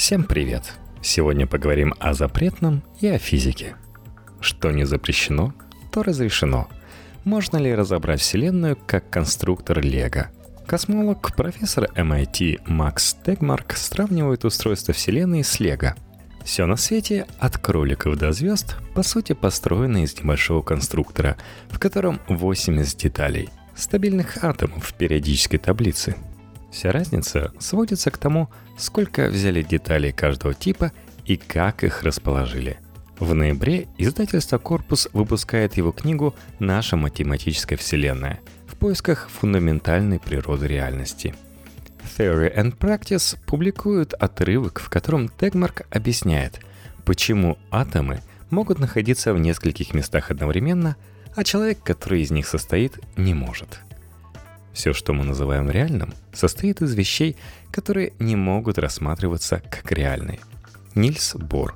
Всем привет! Сегодня поговорим о запретном и о физике. Что не запрещено, то разрешено. Можно ли разобрать Вселенную как конструктор Лего? Космолог, профессор MIT Макс Тегмарк сравнивает устройство Вселенной с Лего. Все на свете, от кроликов до звезд, по сути построено из небольшого конструктора, в котором 80 деталей, стабильных атомов в периодической таблице. Вся разница сводится к тому, сколько взяли деталей каждого типа и как их расположили. В ноябре издательство «Корпус» выпускает его книгу «Наша математическая вселенная» в поисках фундаментальной природы реальности. Theory and Practice публикует отрывок, в котором Тегмарк объясняет, почему атомы могут находиться в нескольких местах одновременно, а человек, который из них состоит, не может. Все, что мы называем реальным, состоит из вещей, которые не могут рассматриваться как реальные. Нильс Бор.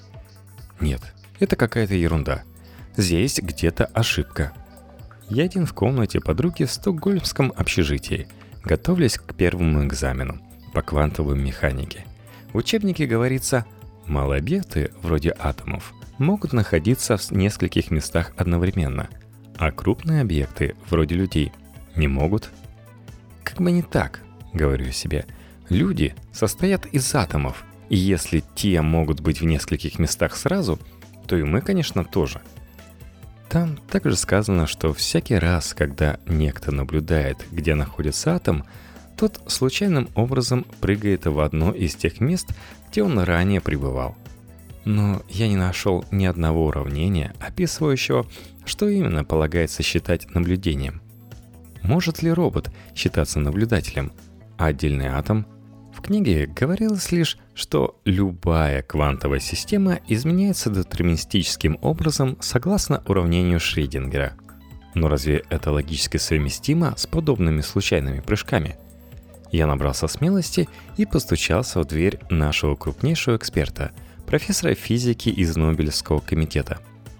Нет, это какая-то ерунда. Здесь где-то ошибка. Я один в комнате подруги в стокгольмском общежитии, готовлюсь к первому экзамену по квантовой механике. В учебнике говорится, малые объекты, вроде атомов, могут находиться в нескольких местах одновременно, а крупные объекты, вроде людей, не могут. Как бы не так, говорю я себе. Люди состоят из атомов, и если те могут быть в нескольких местах сразу, то и мы, конечно, тоже. Там также сказано, что всякий раз, когда некто наблюдает, где находится атом, тот случайным образом прыгает в одно из тех мест, где он ранее пребывал. Но я не нашел ни одного уравнения, описывающего, что именно полагается считать наблюдением. Может ли робот считаться наблюдателем, а отдельный атом? В книге говорилось лишь, что любая квантовая система изменяется детерминистическим образом согласно уравнению Шрёдингера. Но разве это логически совместимо с подобными случайными прыжками? Я набрался смелости и постучался в дверь нашего крупнейшего эксперта, профессора физики из Нобелевского комитета.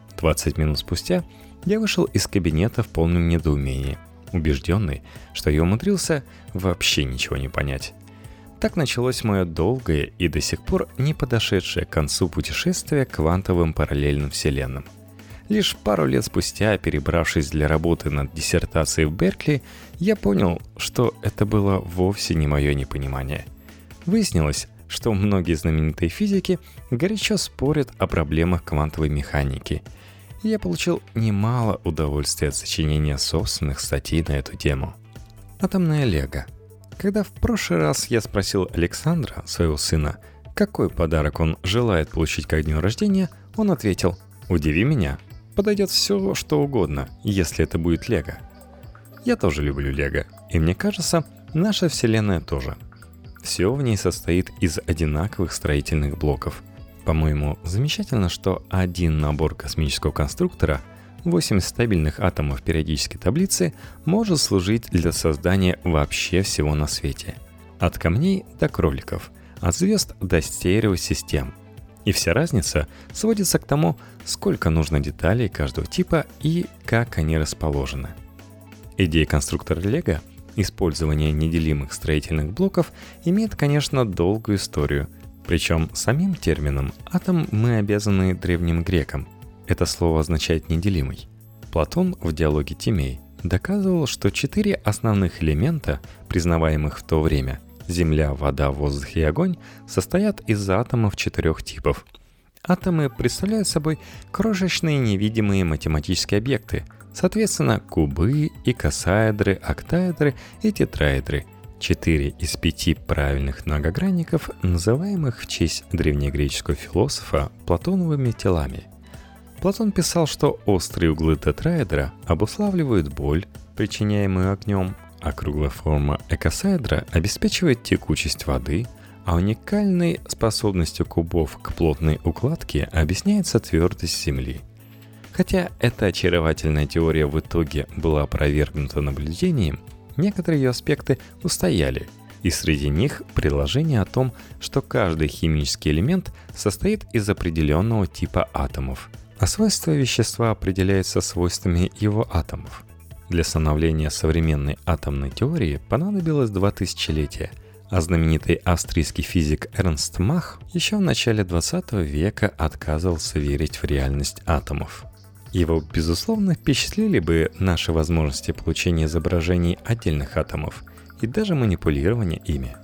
20 минут спустя я вышел из кабинета в полном недоумении, убежденный, что я умудрился вообще ничего не понять. Так началось мое долгое и до сих пор не подошедшее к концу путешествие к квантовым параллельным вселенным. Лишь пару лет спустя, перебравшись для работы над диссертацией в Беркли, я понял, что это было вовсе не мое непонимание. Выяснилось, что многие знаменитые физики горячо спорят о проблемах квантовой механики. И я получил немало удовольствия от сочинения собственных статей на эту тему. Атомное лего. Когда в прошлый раз я спросил Александра, своего сына, какой подарок он желает получить ко дню рождения, он ответил: «Удиви меня, подойдет все, что угодно, если это будет лего». Я тоже люблю лего, и мне кажется, наша вселенная тоже. Все в ней состоит из одинаковых строительных блоков. По-моему, замечательно, что один набор космического конструктора, 8 стабильных атомов периодической таблицы, может служить для создания вообще всего на свете. От камней до кроликов, от звезд до стереосистем. И вся разница сводится к тому, сколько нужно деталей каждого типа и как они расположены. Идея конструктора Лего, использование неделимых строительных блоков, имеет, конечно, долгую историю. Причем самим термином «атом» мы обязаны древним грекам. Это слово означает «неделимый». Платон в диалоге Тимей доказывал, что 4 основных элемента, признаваемых в то время – земля, вода, воздух и огонь – состоят из атомов 4 типов. Атомы представляют собой крошечные невидимые математические объекты, соответственно, кубы, икосаэдры, октаэдры и тетраэдры. 4 из 5 правильных многогранников, называемых в честь древнегреческого философа Платоновыми телами. Платон писал, что острые углы тетраэдра обуславливают боль, причиняемую огнем, а круглая форма экосаэдра обеспечивает текучесть воды, а уникальной способностью кубов к плотной укладке объясняется твердость Земли. Хотя эта очаровательная теория в итоге была опровергнута наблюдением, некоторые ее аспекты устояли, и среди них предложение о том, что каждый химический элемент состоит из определенного типа атомов, а свойства вещества определяются свойствами его атомов. Для становления современной атомной теории понадобилось 2 тысячелетия, А знаменитый австрийский физик Эрнст Мах еще в начале 20 века отказывался верить в реальность атомов. Его, безусловно, впечатлили бы наши возможности получения изображений отдельных атомов и даже манипулирования ими.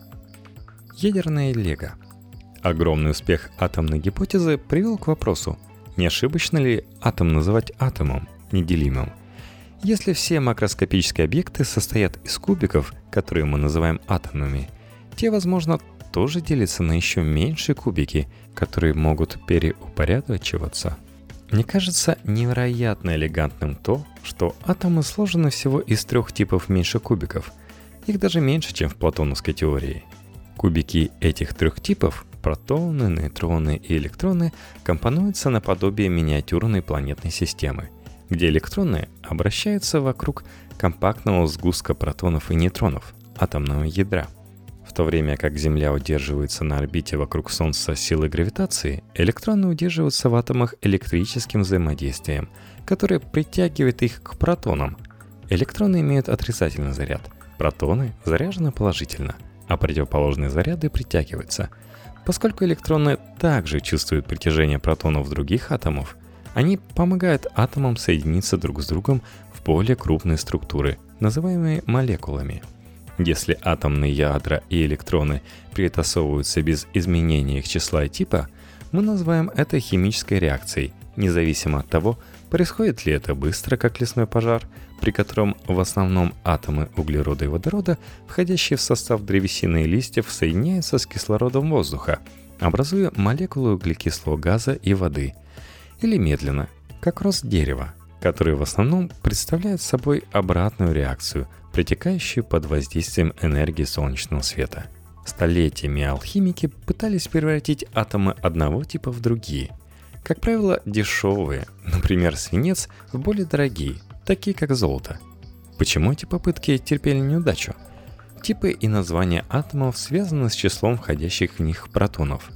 Ядерное лего. Огромный успех атомной гипотезы привел к вопросу, не ошибочно ли атом называть атомом, неделимым. Если все макроскопические объекты состоят из кубиков, которые мы называем атомами, те, возможно, тоже делятся на еще меньшие кубики, которые могут переупорядочиваться. Мне кажется невероятно элегантным то, что атомы сложены всего из 3 типов меньших кубиков. Их даже меньше, чем в платоновской теории. Кубики этих 3 типов – протоны, нейтроны и электроны – компонуются наподобие миниатюрной планетной системы, где электроны обращаются вокруг компактного сгустка протонов и нейтронов – атомного ядра. В то время как Земля удерживается на орбите вокруг Солнца силой гравитации, электроны удерживаются в атомах электрическим взаимодействием, которое притягивает их к протонам. Электроны имеют отрицательный заряд, протоны заряжены положительно, а противоположные заряды притягиваются. Поскольку электроны также чувствуют притяжение протонов других атомов, они помогают атомам соединиться друг с другом в более крупные структуры, называемые молекулами. Если атомные ядра и электроны перетасовываются без изменения их числа и типа, мы называем это химической реакцией, независимо от того, происходит ли это быстро, как лесной пожар, при котором в основном атомы углерода и водорода, входящие в состав древесины и листьев, соединяются с кислородом воздуха, образуя молекулы углекислого газа и воды, или медленно, как рост дерева, который в основном представляет собой обратную реакцию, протекающую под воздействием энергии солнечного света. Столетиями алхимики пытались превратить атомы одного типа в другие. Как правило, дешевые, например, свинец, в более дорогие, такие как золото. Почему эти попытки терпели неудачу? Типы и названия атомов связаны с числом входящих в них протонов.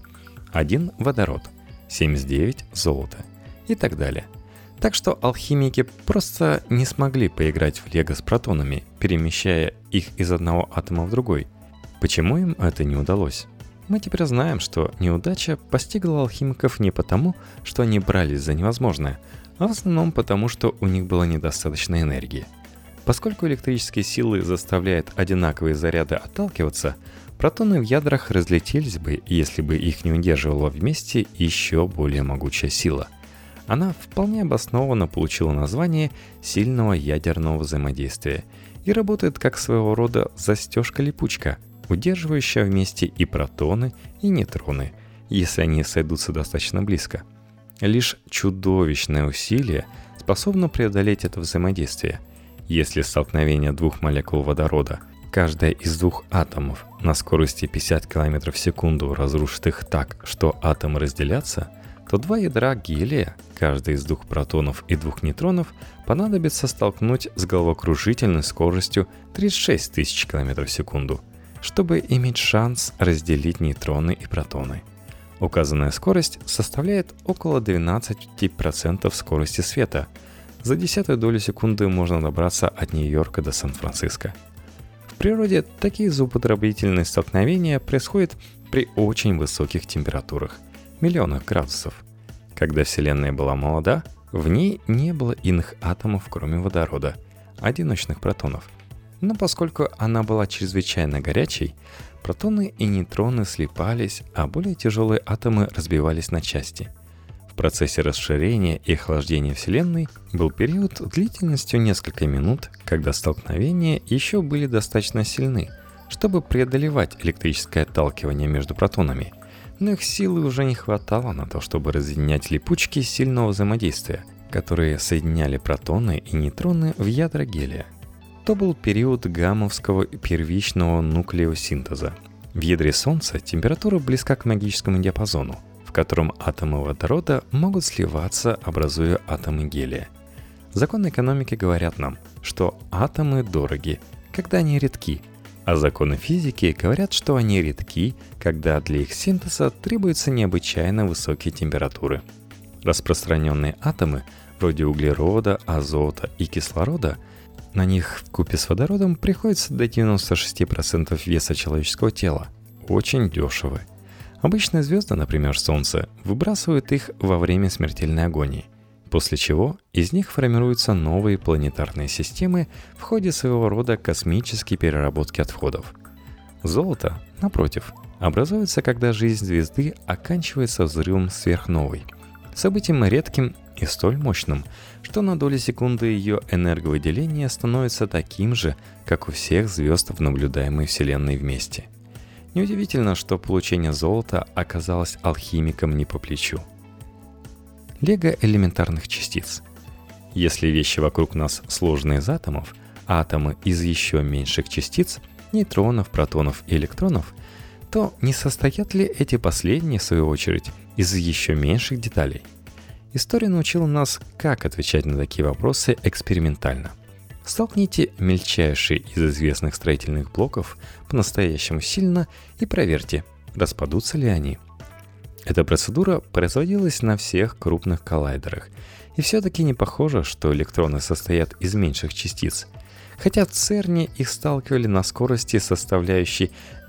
1 – водород, 79 – золото и так далее. Так что алхимики просто не смогли поиграть в лего с протонами, перемещая их из одного атома в другой. Почему им это не удалось? Мы теперь знаем, что неудача постигла алхимиков не потому, что они брались за невозможное, а в основном потому, что у них было недостаточно энергии. Поскольку электрические силы заставляют одинаковые заряды отталкиваться, протоны в ядрах разлетелись бы, если бы их не удерживала вместе еще более могучая сила. Она вполне обоснованно получила название сильного ядерного взаимодействия и работает как своего рода застежка-липучка, удерживающая вместе и протоны, и нейтроны, если они сойдутся достаточно близко. Лишь чудовищное усилие способно преодолеть это взаимодействие. Если столкновение 2 молекул водорода, каждая из 2 атомов на скорости 50 км в секунду разрушит их так, что атомы разделятся, то 2 ядра гелия, каждый из 2 протонов и 2 нейтронов, понадобится столкнуть с головокружительной скоростью 36 тысяч км в секунду, чтобы иметь шанс разделить нейтроны и протоны. Указанная скорость составляет около 12% скорости света. За 0,1 долю секунды можно добраться от Нью-Йорка до Сан-Франциско. В природе такие зубодробительные столкновения происходят при очень высоких температурах, миллионах градусов. Когда Вселенная была молода, в ней не было иных атомов, кроме водорода, одиночных протонов. Но поскольку она была чрезвычайно горячей, протоны и нейтроны слипались, а более тяжелые атомы разбивались на части. В процессе расширения и охлаждения Вселенной был период длительностью несколько минут, когда столкновения еще были достаточно сильны, чтобы преодолевать электрическое отталкивание между протонами, но их силы уже не хватало на то, чтобы разъединять липучки сильного взаимодействия, которые соединяли протоны и нейтроны в ядра гелия. То был период гаммовского первичного нуклеосинтеза. В ядре Солнца температура близка к магическому диапазону, в котором атомы водорода могут сливаться, образуя атомы гелия. Законы экономики говорят нам, что атомы дороги, когда они редки, а законы физики говорят, что они редки, когда для их синтеза требуются необычайно высокие температуры. Распространенные атомы, вроде углерода, азота и кислорода, на них вкупе с водородом приходится до 96% веса человеческого тела. Очень дешевы. Обычные звезды, например, Солнце, выбрасывают их во время смертельной агонии, после чего из них формируются новые планетарные системы в ходе своего рода космической переработки отходов. Золото, напротив, образуется, когда жизнь звезды оканчивается взрывом сверхновой, событием редким и столь мощным, что на долю секунды ее энерговыделение становится таким же, как у всех звезд в наблюдаемой Вселенной вместе. Неудивительно, что получение золота оказалось алхимикам не по плечу. Лего элементарных частиц. Если вещи вокруг нас сложны из атомов, а атомы из еще меньших частиц, нейтронов, протонов и электронов, то не состоят ли эти последние, в свою очередь, из еще меньших деталей? История научила нас, как отвечать на такие вопросы экспериментально. Столкните мельчайшие из известных строительных блоков по-настоящему сильно и проверьте, распадутся ли они. Эта процедура производилась на всех крупных коллайдерах, и все-таки не похоже, что электроны состоят из меньших частиц, хотя в ЦЕРНе их сталкивали на скорости, составляющей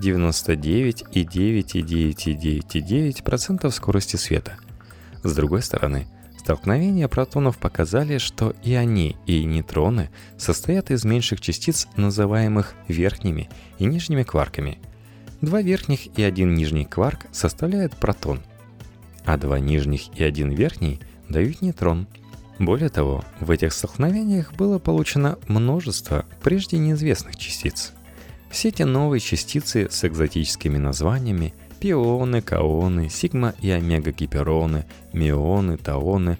99,99999% скорости света. С другой стороны, столкновения протонов показали, что и они, и нейтроны состоят из меньших частиц, называемых верхними и нижними кварками. Два верхних и один нижний кварк составляют протон, а два нижних и один верхний дают нейтрон. Более того, в этих столкновениях было получено множество прежде неизвестных частиц. Все эти новые частицы с экзотическими названиями – пионы, каоны, сигма и омега-гипероны, мионы, таоны,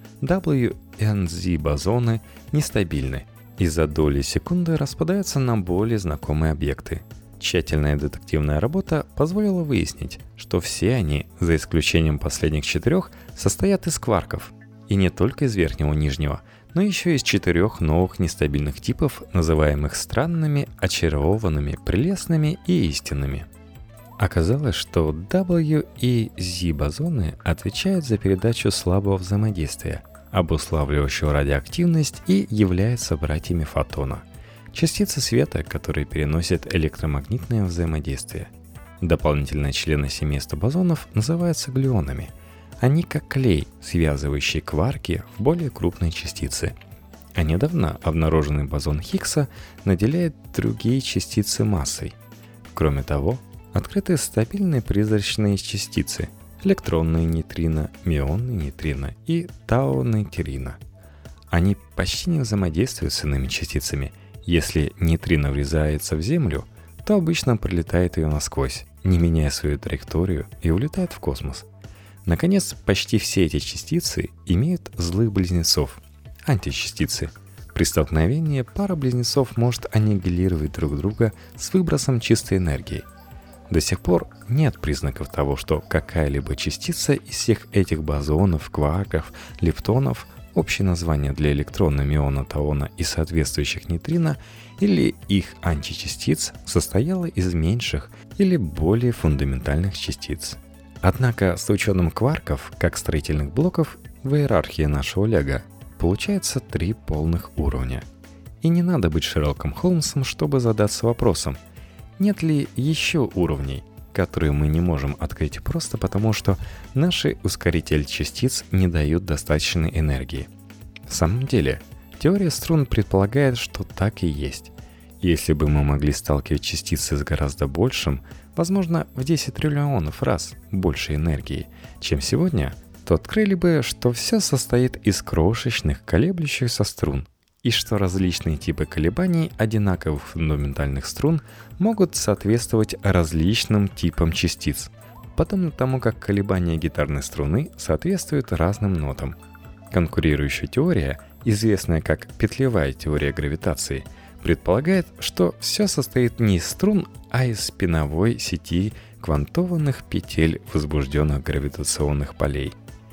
WNZ-бозоны нестабильны и за доли секунды распадаются на более знакомые объекты. Тщательная детективная работа позволила выяснить, что все они, за исключением последних 4, состоят из кварков, и не только из верхнего и нижнего, но еще из 4 новых нестабильных типов, называемых странными, очарованными, прелестными и истинными. Оказалось, что W и Z бозоны отвечают за передачу слабого взаимодействия, обуславливающего радиоактивность, и являются братьями фотона. Частицы света, которые переносят электромагнитное взаимодействие. Дополнительные члены семейства бозонов называются глюонами. Они как клей, связывающий кварки в более крупные частицы. А недавно обнаруженный бозон Хиггса наделяет другие частицы массой. Кроме того, открыты стабильные призрачные частицы – электронные нейтрино, мионные нейтрино и тау-нейтрино. Они почти не взаимодействуют с иными частицами. Если нейтрино врезается в Землю, то обычно пролетает ее насквозь, не меняя свою траекторию, и улетает в космос. Наконец, почти все эти частицы имеют злых близнецов – античастицы. При столкновении пара близнецов может аннигилировать друг друга с выбросом чистой энергии. До сих пор нет признаков того, что какая-либо частица из всех этих бозонов, кварков, лептонов, общее название для электрона, миона, таона и соответствующих нейтрино, или их античастиц, состояла из меньших или более фундаментальных частиц. Однако с учетом кварков, как строительных блоков, в иерархии нашего лего получается 3 полных уровня. И не надо быть Шерлоком Холмсом, чтобы задаться вопросом, нет ли еще уровней, которые мы не можем открыть просто потому, что наши ускорители частиц не дают достаточной энергии. В самом деле, теория струн предполагает, что так и есть. Если бы мы могли сталкивать частицы с гораздо большим, возможно, в 10 триллионов раз больше энергии, чем сегодня, то открыли бы, что все состоит из крошечных колеблющихся струн, и что различные типы колебаний одинаковых фундаментальных струн могут соответствовать различным типам частиц, подобно тому, как колебания гитарной струны соответствуют разным нотам. Конкурирующая теория, известная как петлевая теория гравитации, предполагает, что все состоит не из струн, а из спиновой сети квантованных петель возбужденных гравитационных полей.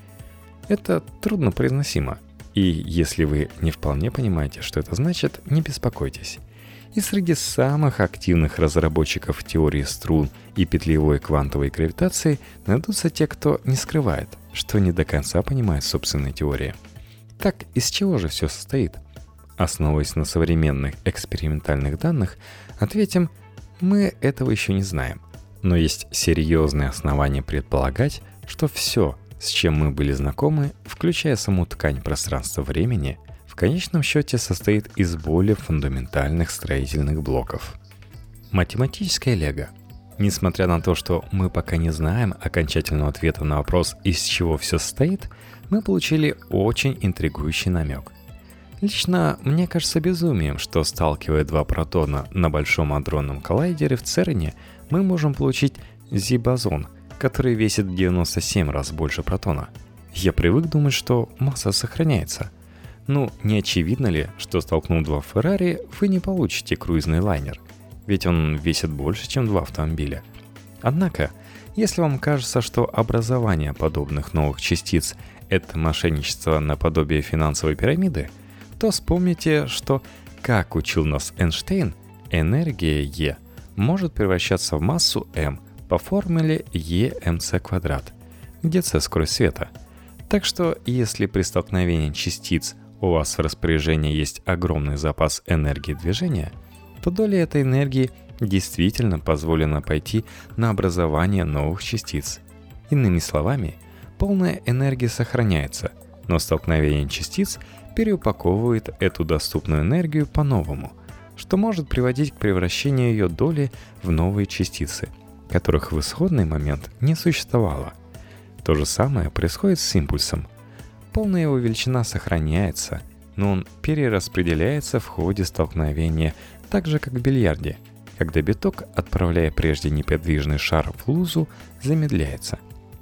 Это труднопроизносимо. И если вы не вполне понимаете, что это значит, не беспокойтесь. И среди самых активных разработчиков теории струн и петлевой квантовой гравитации найдутся те, кто не скрывает, что не до конца понимает собственные теории. Так, из чего же все состоит? Основываясь на современных экспериментальных данных, ответим, мы этого еще не знаем. Но есть серьезные основания предполагать, что все, с чем мы были знакомы, включая саму ткань пространства-времени, в конечном счете состоит из более фундаментальных строительных блоков. Математическое лего. Несмотря на то, что мы пока не знаем окончательного ответа на вопрос, из чего все состоит, мы получили очень интригующий намек. Лично мне кажется безумием, что, сталкивая два протона на Большом адронном коллайдере в ЦЕРНе, мы можем получить Z-бозон, который весит в 97 раз больше протона. Я привык думать, что масса сохраняется. Не очевидно ли, что, столкнув два Феррари, вы не получите круизный лайнер? Ведь он весит больше, чем два автомобиля. Однако, если вам кажется, что образование подобных новых частиц – это мошенничество наподобие финансовой пирамиды, то вспомните, что, как учил нас Эйнштейн, энергия Е может превращаться в массу m по формуле E_mc², где c – скорость света. Так что, если при столкновении частиц у вас в распоряжении есть огромный запас энергии движения, то доля этой энергии действительно позволена пойти на образование новых частиц. Иными словами, полная энергия сохраняется, но столкновение частиц переупаковывает эту доступную энергию по-новому, что может приводить к превращению ее доли в новые частицы, которых в исходный момент не существовало. То же самое происходит с импульсом. Полная его величина сохраняется, но он перераспределяется в ходе столкновения, так же как в бильярде, когда биток, отправляя прежде неподвижный шар в лузу, замедляется.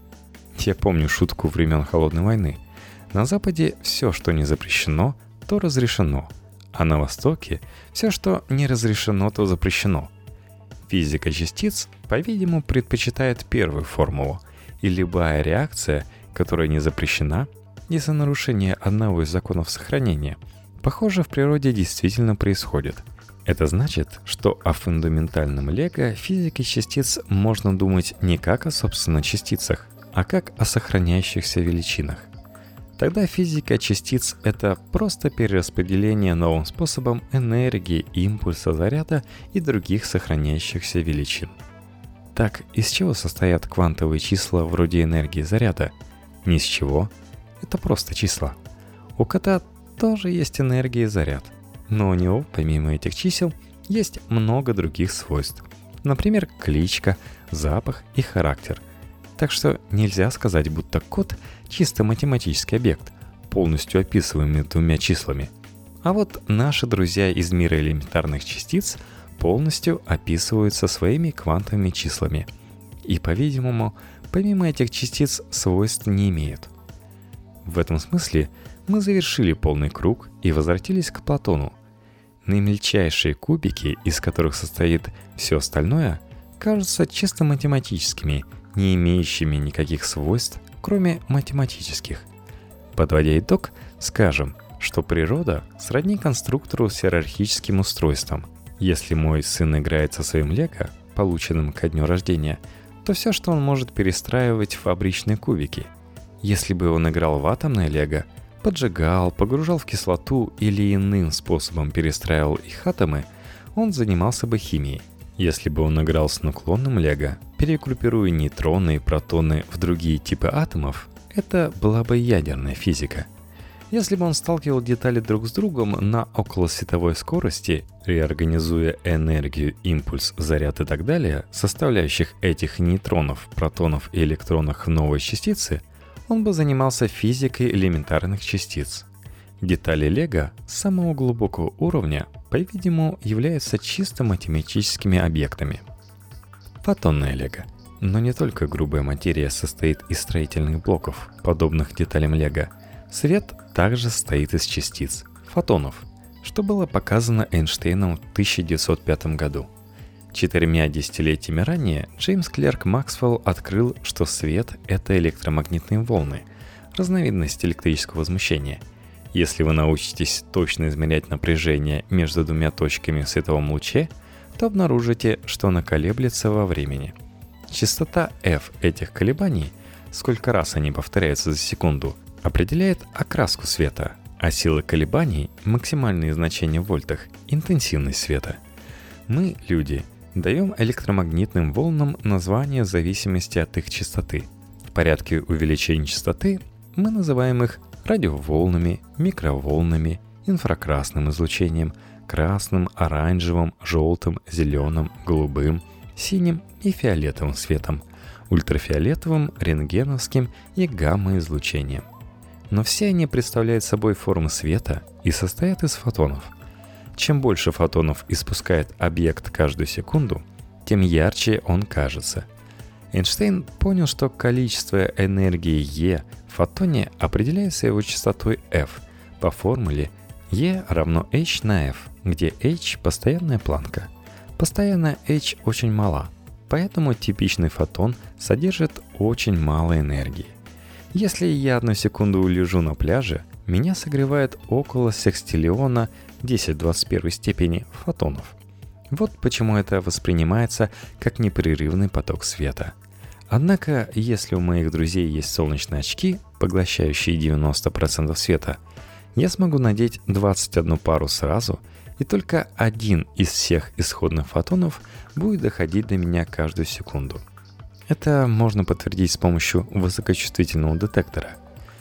Я помню шутку времен Холодной войны. На Западе все, что не запрещено, то разрешено, а на Востоке все, что не разрешено, то запрещено. Физика частиц, по-видимому, предпочитает первую формулу, и любая реакция, которая не запрещена, из-за нарушения одного из законов сохранения, похоже, в природе действительно происходит. Это значит, что о фундаментальном лего физики частиц можно думать не как о собственно частицах, а как о сохраняющихся величинах. Тогда физика частиц — это просто перераспределение новым способом энергии, импульса, заряда и других сохраняющихся величин. Так, из чего состоят квантовые числа вроде энергии заряда? Ни с чего. Это просто числа. У кота тоже есть энергия и заряд. Но у него, помимо этих чисел, есть много других свойств. Например, кличка, запах и характер. Так что нельзя сказать, будто кот – чисто математический объект, полностью описываемый двумя числами. А вот наши друзья из мира элементарных частиц полностью описываются своими квантовыми числами. И, по-видимому, помимо этих частиц свойств не имеют. В этом смысле мы завершили полный круг и возвратились к Платону. Наимельчайшие кубики, из которых состоит все остальное, кажутся чисто математическими, не имеющими никаких свойств, кроме математических. Подводя итог, скажем, что природа сродни конструктору с иерархическим устройством. Если мой сын играет со своим лего, полученным ко дню рождения, то все, что он может перестраивать в фабричные кубики. Если бы он играл в атомное лего, поджигал, погружал в кислоту или иным способом перестраивал их атомы, он занимался бы химией. Если бы он играл с наклонным лего, перегруппируя нейтроны и протоны в другие типы атомов, это была бы ядерная физика. Если бы он сталкивал детали друг с другом на околосветовой скорости, реорганизуя энергию, импульс, заряд и так далее, составляющих этих нейтронов, протонов и электронов в новые частицы, он бы занимался физикой элементарных частиц. Детали лего самого глубокого уровня, по-видимому, являются чисто математическими объектами. Фотонное лего. Но не только грубая материя состоит из строительных блоков, подобных деталям лего. Свет также состоит из частиц, фотонов, что было показано Эйнштейном в 1905 году. 4 десятилетиями ранее Джеймс Клерк Максвелл открыл, что свет — это электромагнитные волны, разновидность электрического возмущения. Если вы научитесь точно измерять напряжение между двумя точками в световом луче, то обнаружите, что оно колеблется во времени. Частота f этих колебаний, сколько раз они повторяются за секунду, определяет окраску света, А сила колебаний – максимальные значения в вольтах, интенсивность света. Мы, люди, даем электромагнитным волнам название в зависимости от их частоты. В порядке увеличения частоты мы называем их радиоволнами, микроволнами, инфракрасным излучением, красным, оранжевым, желтым, зеленым, голубым, синим и фиолетовым светом, ультрафиолетовым, рентгеновским и гамма-излучением. Но все они представляют собой формы света и состоят из фотонов. Чем больше фотонов испускает объект каждую секунду, тем ярче он кажется. Эйнштейн понял, что количество энергии E в фотоне определяется его частотой f по формуле E равно h на f, где h – постоянная планка. Постоянная h очень мала, поэтому типичный фотон содержит очень мало энергии. Если я 1 секунду лежу на пляже, меня согревает около секстиллиона 10-21 степени фотонов. Вот почему это воспринимается как непрерывный поток света. Однако, если у моих друзей есть солнечные очки, поглощающие 90% света, я смогу надеть 21 пару сразу, и только один из всех исходных фотонов будет доходить до меня каждую секунду. Это можно подтвердить с помощью высокочувствительного детектора.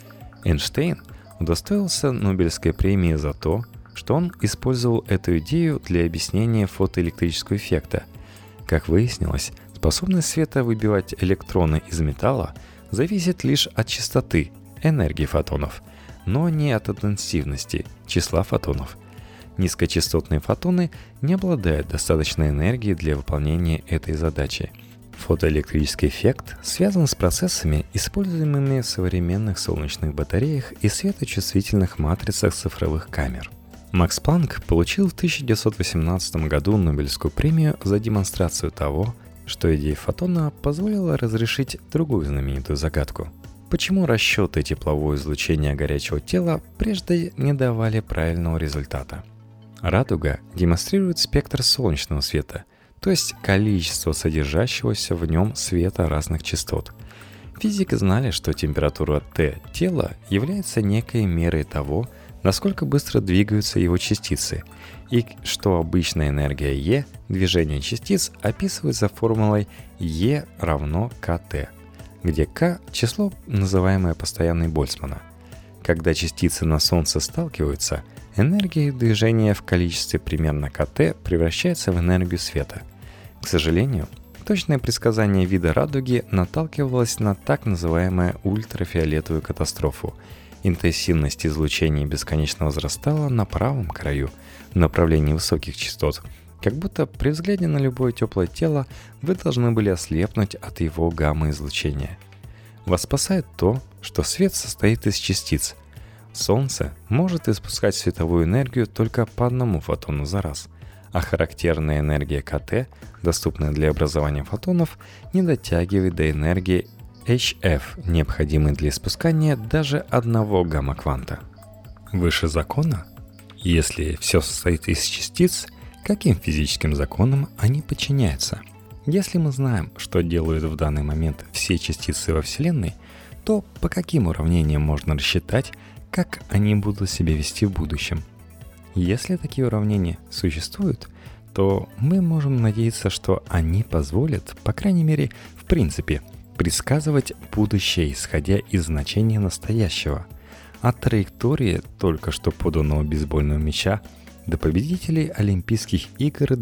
Эйнштейн удостоился Нобелевской премии за то, что он использовал эту идею для объяснения фотоэлектрического эффекта. Как выяснилось, способность света выбивать электроны из металла зависит лишь от частоты, энергии фотонов, но не от интенсивности, числа фотонов. Низкочастотные фотоны не обладают достаточной энергией для выполнения этой задачи. Фотоэлектрический эффект связан с процессами, используемыми в современных солнечных батареях и светочувствительных матрицах цифровых камер. Макс Планк получил в 1918 году Нобелевскую премию за демонстрацию того, что идея фотона позволила разрешить другую знаменитую загадку. Почему расчеты теплового излучения горячего тела прежде не давали правильного результата? Радуга демонстрирует спектр солнечного света, то есть количество содержащегося в нем света разных частот. Физики знали, что температура Т тела является некой мерой того, насколько быстро двигаются его частицы, и что обычная энергия Е движения частиц описывается формулой Е равно КТ, где К – число, называемое постоянной Больцмана. Когда частицы на Солнце сталкиваются, энергия их движения в количестве примерно КТ превращается в энергию света. К сожалению, точное предсказание вида радуги наталкивалось на так называемую ультрафиолетовую катастрофу. Интенсивность излучения бесконечно возрастала на правом краю, в направлении высоких частот, как будто при взгляде на любое теплое тело вы должны были ослепнуть от его гамма-излучения. Вас спасает то, что свет состоит из частиц. Солнце может испускать световую энергию только по одному фотону за раз, а характерная энергия КТ, доступная для образования фотонов, не дотягивает до энергии HF, необходимой для испускания даже одного гамма-кванта. Выше закона, если все состоит из частиц, каким физическим законам они подчиняются? Если мы знаем, что делают в данный момент все частицы во Вселенной, то по каким уравнениям можно рассчитать, как они будут себя вести в будущем? Если такие уравнения существуют, то мы можем надеяться, что они позволят, по крайней мере, в принципе, предсказывать будущее, исходя из значения настоящего, от траектории только что поданного бейсбольного мяча до победителей Олимпийских игр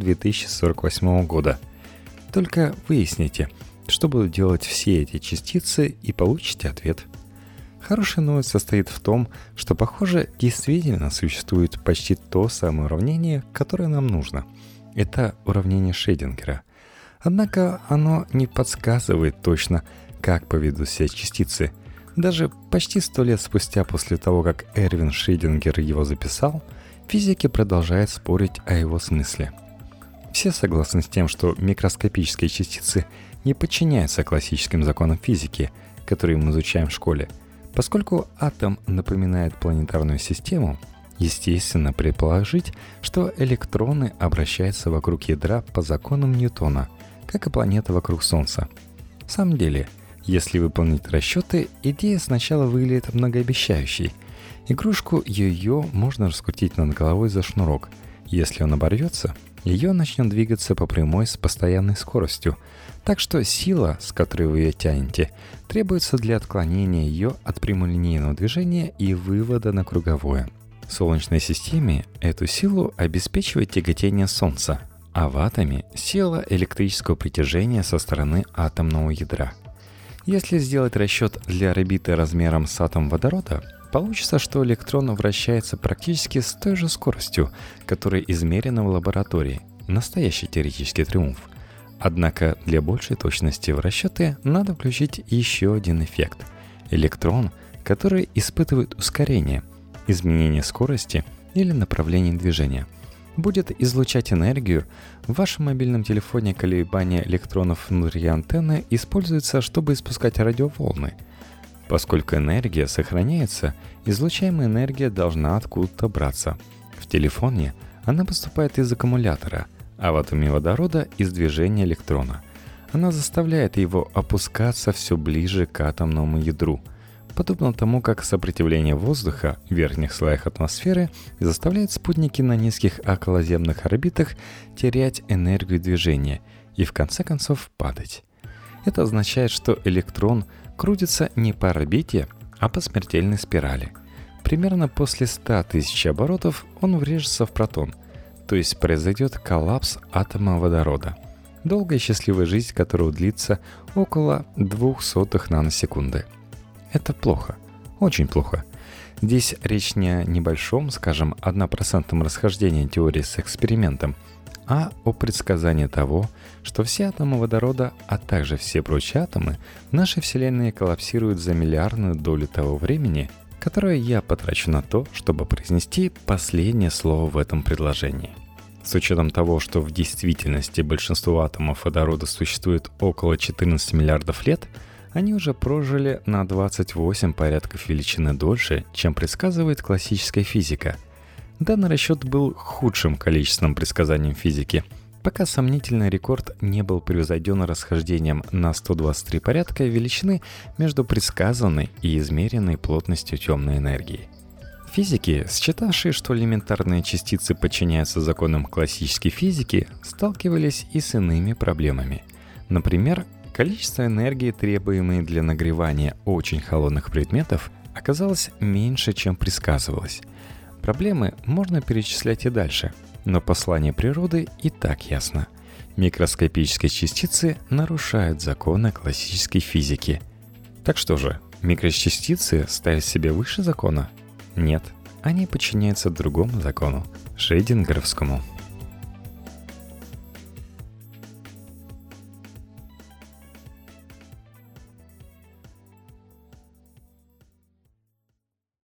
2048 года. Только выясните, что будут делать все эти частицы, и получите ответ. Хорошая новость состоит в том, что, похоже, действительно существует почти то самое уравнение, которое нам нужно. Это уравнение Шрёдингера. Однако оно не подсказывает точно, как поведут себя частицы. Даже почти 100 лет спустя после того, как Эрвин Шрёдингер его записал, физики продолжают спорить о его смысле. Все согласны с тем, что микроскопические частицы не подчиняются классическим законам физики, которые мы изучаем в школе. Поскольку атом напоминает планетарную систему, естественно предположить, что электроны обращаются вокруг ядра по законам Ньютона, как и планета вокруг Солнца. В самом деле, если выполнить расчеты, идея сначала выглядит многообещающей. Игрушку йо-йо можно раскрутить над головой за шнурок. Если он оборвется, ее начнет двигаться по прямой с постоянной скоростью. Так что сила, с которой вы ее тянете, требуется для отклонения ее от прямолинейного движения и вывода на круговое. В Солнечной системе эту силу обеспечивает тяготение Солнца, а в атоме – сила электрического притяжения со стороны атомного ядра. Если сделать расчет для орбиты размером с атом водорода, получится, что электрон вращается практически с той же скоростью, которая измерена в лаборатории. Настоящий теоретический триумф. Однако для большей точности в расчеты надо включить еще один эффект. Электрон, который испытывает ускорение, изменение скорости или направления движения, будет излучать энергию. В вашем мобильном телефоне колебания электронов внутри антенны используются, чтобы испускать радиоволны. Поскольку энергия сохраняется, излучаемая энергия должна откуда-то браться. В телефоне она поступает из аккумулятора, а в атоме водорода – из движения электрона. Она заставляет его опускаться все ближе к атомному ядру, подобно тому, как сопротивление воздуха в верхних слоях атмосферы заставляет спутники на низких околоземных орбитах терять энергию движения и в конце концов падать. Это означает, что электрон крутится не по орбите, а по смертельной спирали. Примерно после 100 тысяч оборотов он врежется в протон, то есть произойдет коллапс атома водорода. Долгая счастливая жизнь которого длится около 0,02 наносекунды. Это плохо, очень плохо. Здесь речь не о небольшом, скажем, 1% расхождении теории с экспериментом, а о предсказании того, что все атомы водорода, а также все прочие атомы в нашей Вселенной коллапсируют за миллиардную долю того времени, которое я потрачу на то, чтобы произнести последнее слово в этом предложении. С учетом того, что в действительности большинство атомов водорода существует около 14 миллиардов лет, они уже прожили на 28 порядков величины дольше, чем предсказывает классическая физика. Данный расчет был худшим количественным предсказанием физики, пока сомнительный рекорд не был превзойден расхождением на 123 порядка величины между предсказанной и измеренной плотностью темной энергии. Физики, считавшие, что элементарные частицы подчиняются законам классической физики, сталкивались и с иными проблемами. Например, количество энергии, требуемой для нагревания очень холодных предметов, оказалось меньше, чем предсказывалось. Проблемы можно перечислять и дальше, но послание природы и так ясно. Микроскопические частицы нарушают законы классической физики. Так что же, микрочастицы ставят себя выше закона? Нет, они подчиняются другому закону – Шрёдингеровскому.